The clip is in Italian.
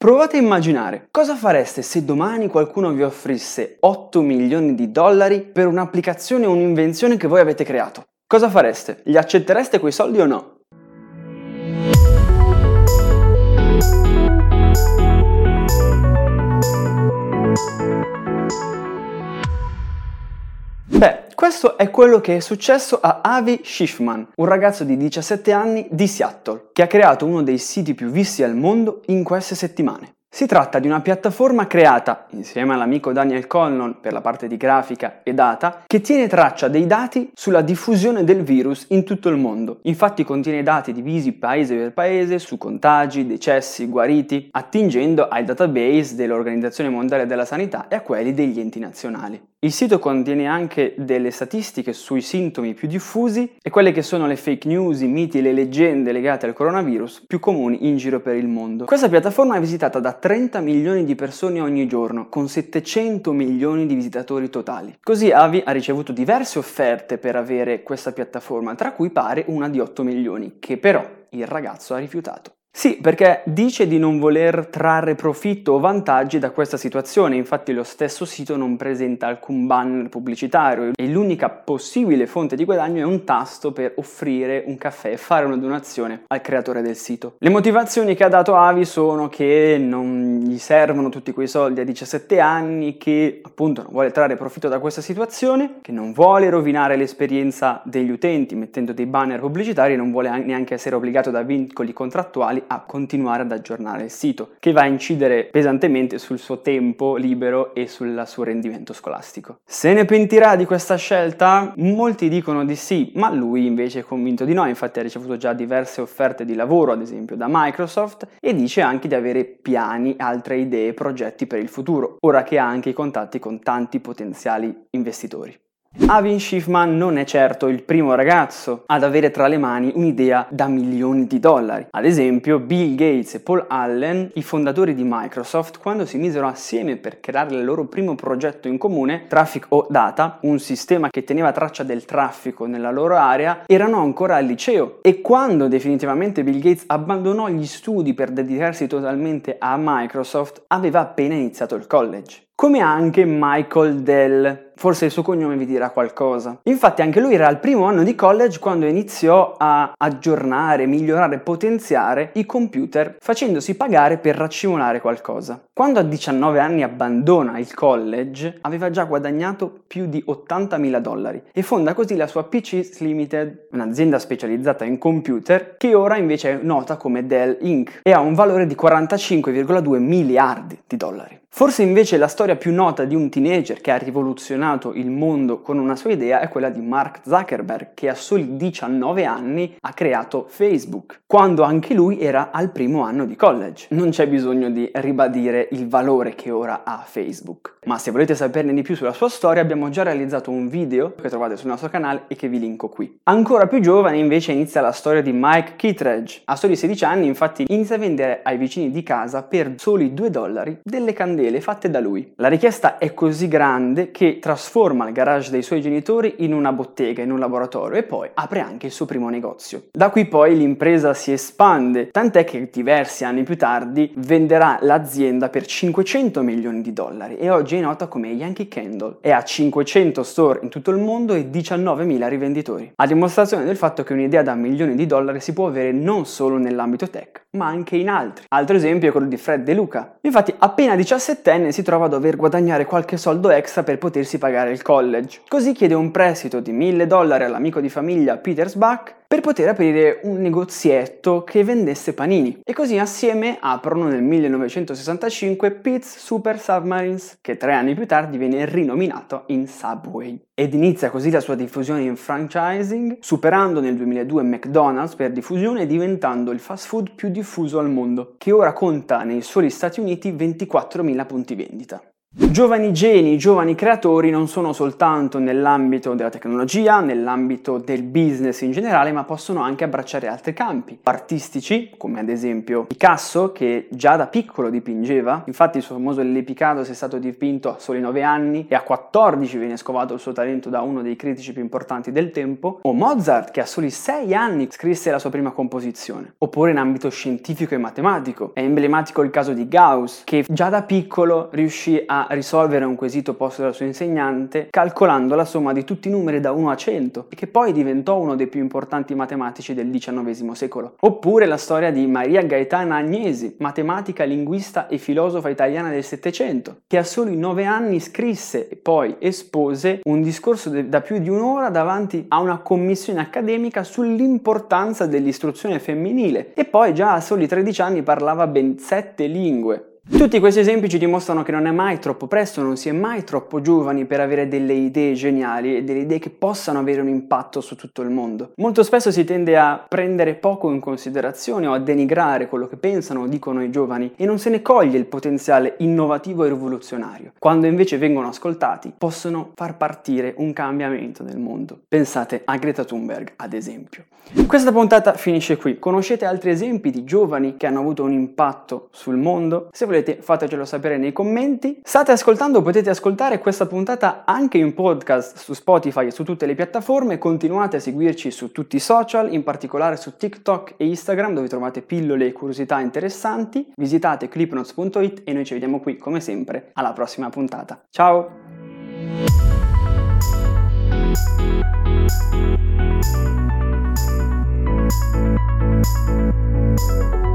Provate a immaginare cosa fareste se domani qualcuno vi offrisse 8 milioni di dollari per un'applicazione o un'invenzione che voi avete creato. Cosa fareste? Gli accettereste quei soldi o no? Beh, questo è quello che è successo a Avi Schiffman, un ragazzo di 17 anni di Seattle, che ha creato uno dei siti più visti al mondo in queste settimane. Si tratta di una piattaforma creata, insieme all'amico Daniel Conlon per la parte di grafica e data, che tiene traccia dei dati sulla diffusione del virus in tutto il mondo. Infatti contiene dati divisi paese per paese su contagi, decessi, guariti, attingendo ai database dell'Organizzazione Mondiale della Sanità e a quelli degli enti nazionali. Il sito contiene anche delle statistiche sui sintomi più diffusi e quelle che sono le fake news, i miti e le leggende legate al coronavirus più comuni in giro per il mondo. Questa piattaforma è visitata da 30 milioni di persone ogni giorno, con 700 milioni di visitatori totali. Così Avi ha ricevuto diverse offerte per avere questa piattaforma, tra cui pare una di 8 milioni, che però il ragazzo ha rifiutato. Sì, perché dice di non voler trarre profitto o vantaggi da questa situazione, infatti lo stesso sito non presenta alcun banner pubblicitario e l'unica possibile fonte di guadagno è un tasto per offrire un caffè e fare una donazione al creatore del sito. Le motivazioni che ha dato Avi sono che non gli servono tutti quei soldi a 17 anni, che appunto non vuole trarre profitto da questa situazione, che non vuole rovinare l'esperienza degli utenti mettendo dei banner pubblicitari e non vuole neanche essere obbligato da vincoli contrattuali a continuare ad aggiornare il sito, che va a incidere pesantemente sul suo tempo libero e sul suo rendimento scolastico. Se ne pentirà di questa scelta? Molti dicono di sì, ma lui invece è convinto di no, infatti ha ricevuto già diverse offerte di lavoro, ad esempio da Microsoft, e dice anche di avere piani, altre idee, progetti per il futuro, ora che ha anche i contatti con tanti potenziali investitori. Avi Schiffman non è certo il primo ragazzo ad avere tra le mani un'idea da milioni di dollari. Ad esempio, Bill Gates e Paul Allen, i fondatori di Microsoft, quando si misero assieme per creare il loro primo progetto in comune, Traffic o Data, un sistema che teneva traccia del traffico nella loro area, erano ancora al liceo. E quando definitivamente Bill Gates abbandonò gli studi per dedicarsi totalmente a Microsoft, aveva appena iniziato il college. Come anche Michael Dell, forse il suo cognome vi dirà qualcosa. Infatti anche lui era al primo anno di college quando iniziò a aggiornare, migliorare, potenziare i computer facendosi pagare per raccimolare qualcosa. Quando a 19 anni abbandona il college aveva già guadagnato più di 80.000 dollari e fonda così la sua PCs Limited, un'azienda specializzata in computer che ora invece è nota come Dell Inc. e ha un valore di 45,2 miliardi di dollari. Forse invece la storia più nota di un teenager che ha rivoluzionato il mondo con una sua idea è quella di Mark Zuckerberg, che a soli 19 anni ha creato Facebook, quando anche lui era al primo anno di college. Non c'è bisogno di ribadire il valore che ora ha Facebook. Ma se volete saperne di più sulla sua storia, abbiamo già realizzato un video che trovate sul nostro canale e che vi linko qui. Ancora più giovane invece inizia la storia di Mike Kittredge. A soli 16 anni infatti inizia a vendere ai vicini di casa per soli $2 delle candele fatte da lui. La richiesta è così grande che trasforma il garage dei suoi genitori in una bottega, in un laboratorio, e poi apre anche il suo primo negozio. Da qui poi l'impresa si espande, tant'è che diversi anni più tardi venderà l'azienda per 500 milioni di dollari e oggi è nota come Yankee Candle e ha 500 store in tutto il mondo e 19.000 rivenditori. A dimostrazione del fatto che un'idea da milioni di dollari si può avere non solo nell'ambito tech, ma anche in altri. Altro esempio è quello di Fred De Luca. Infatti appena 17enne si trova a dover guadagnare qualche soldo extra per potersi pagare il college. Così chiede un prestito di $1.000 all'amico di famiglia Peter Sbach per poter aprire un negozietto che vendesse panini. E così assieme aprono nel 1965 Pete's Super Submarines, che 3 anni più tardi viene rinominato in Subway. Ed inizia così la sua diffusione in franchising, superando nel 2002 McDonald's per diffusione e diventando il fast food più diffuso al mondo, che ora conta nei soli Stati Uniti 24.000 punti vendita. Giovani geni, giovani creatori non sono soltanto nell'ambito della tecnologia, nell'ambito del business in generale, ma possono anche abbracciare altri campi artistici, come ad esempio Picasso, che già da piccolo dipingeva. Infatti il suo famoso Le Picados è stato dipinto a soli 9 anni e a 14 viene scovato il suo talento da uno dei critici più importanti del tempo. O Mozart, che a soli 6 anni scrisse la sua prima composizione. Oppure in ambito scientifico e matematico. È emblematico il caso di Gauss, che già da piccolo riuscì a risolvere un quesito posto dal suo insegnante calcolando la somma di tutti i numeri da 1 a 100 e che poi diventò uno dei più importanti matematici del XIX secolo. Oppure la storia di Maria Gaetana Agnesi, matematica, linguista e filosofa italiana del Settecento, che a soli 9 anni scrisse e poi espose un discorso da più di un'ora davanti a una commissione accademica sull'importanza dell'istruzione femminile e poi già a soli 13 anni parlava ben 7 lingue. Tutti questi esempi ci dimostrano che non è mai troppo presto, non si è mai troppo giovani per avere delle idee geniali e delle idee che possano avere un impatto su tutto il mondo. Molto spesso si tende a prendere poco in considerazione o a denigrare quello che pensano o dicono i giovani e non se ne coglie il potenziale innovativo e rivoluzionario. Quando invece vengono ascoltati, possono far partire un cambiamento nel mondo. Pensate a Greta Thunberg, ad esempio. Questa puntata finisce qui. Conoscete altri esempi di giovani che hanno avuto un impatto sul mondo? Se volete fatecelo sapere nei commenti. State ascoltando, potete ascoltare questa puntata anche in podcast su Spotify e su tutte le piattaforme. Continuate a seguirci su tutti i social, in particolare su TikTok e Instagram, dove trovate pillole e curiosità interessanti. Visitate clipnotes.it e noi ci vediamo qui come sempre alla prossima puntata. Ciao!